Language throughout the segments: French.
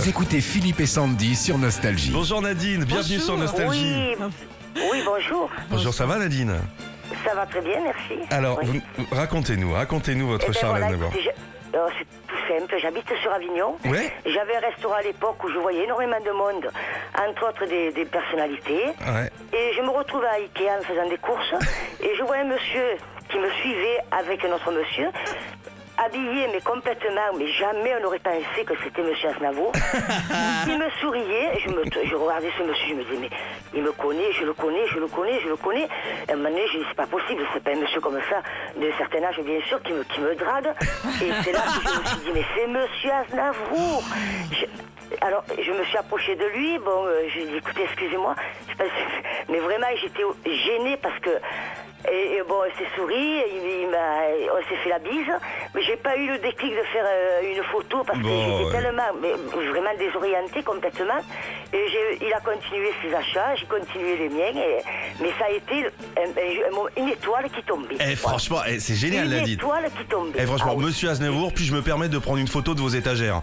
Vous écoutez Philippe et Sandy sur Nostalgie. Bonjour Nadine, bienvenue sur Nostalgie. Oui, bonjour. Bonjour, ça va Nadine? Ça va très bien, merci. Alors, Oui. racontez-nous votre Eh ben Charles voilà, Aznavour. écoutez, c'est tout simple, j'habite sur Avignon. Ouais. J'avais un restaurant à l'époque où je voyais énormément de monde, entre autres des personnalités. Ouais. Et je me retrouvais à Ikea en faisant des courses. Et je vois un monsieur qui me suivait avec un autre monsieur, habillé mais complètement, mais jamais on n'aurait pensé que c'était monsieur Aznavour. Il me souriait, je regardais ce monsieur, je me disais mais il me connaît, je le connais. Et à un moment donné, je dis c'est pas possible, c'est pas un monsieur comme ça, d'un certain âge bien sûr, qui me drague. Et c'est là que je me suis dit mais c'est monsieur Aznavour. Alors, je me suis approchée de lui, je lui ai dit, écoutez, excusez-moi, mais vraiment, j'étais gênée parce que, il s'est souri, on s'est fait la bise, mais j'ai pas eu le déclic de faire une photo parce que j'étais tellement, vraiment désorientée complètement, et il a continué ses achats, j'ai continué les miens, mais ça a été une étoile qui tombait. Franchement, c'est génial Nadine. Une étoile qui tombait. Franchement, oui. monsieur Aznavour, puis je me permets de prendre une photo de vos étagères.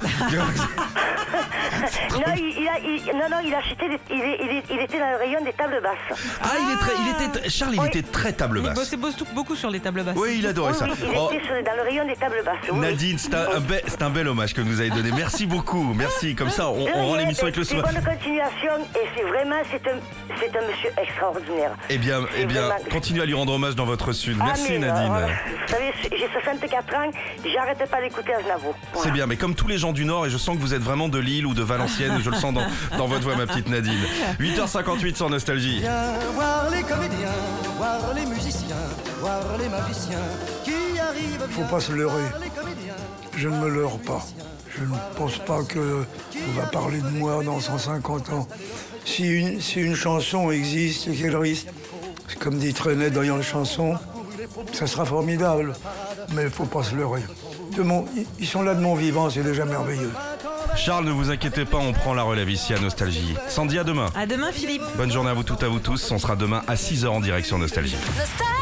Il achetait il était dans le rayon des tables basses. Charles, il était très table Il basse. bossait beaucoup sur les tables basses. Oui, il adorait ça. Oui, il était dans le rayon des tables basses. Oui. Nadine, c'est un bel hommage que vous nous avez donné. Merci beaucoup, merci. Comme ça, on rend l'émission avec le C'est soir. bonne continuation et c'est un monsieur extraordinaire. Eh bien, Vraiment. continuez à lui rendre hommage dans votre sud. Merci Nadine. Vous savez, j'ai 64 ans, j'arrête pas d'écouter Aznavour. C'est bien, mais comme tous les gens du Nord, et je sens que vous êtes vraiment de Lille ou de Valenciennes, je le sens dans votre voix, ma petite Nadine. 8h58 sur Nostalgie. Viens voir les comédiens, voir les musiciens, voir les magiciens qui arrivent. Faut pas se leurrer. Les comédiens. Je ne me leurre pas. Je ne pense pas qu'on va parler de moi dans 150 ans. Si une chanson existe et qu'elle risque, comme dit Trenet dans une chanson, ça sera formidable. Mais il ne faut pas se leurrer. Ils sont là de mon vivant, c'est déjà merveilleux. Charles, ne vous inquiétez pas, on prend la relève ici à Nostalgie. Sandy, à demain. À demain, Philippe. Bonne journée à vous toutes, à vous tous. On sera demain à 6h en direct sur Nostalgie.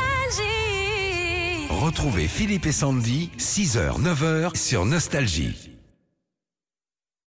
Retrouvez Philippe et Sandy, 6h, 9h sur Nostalgie.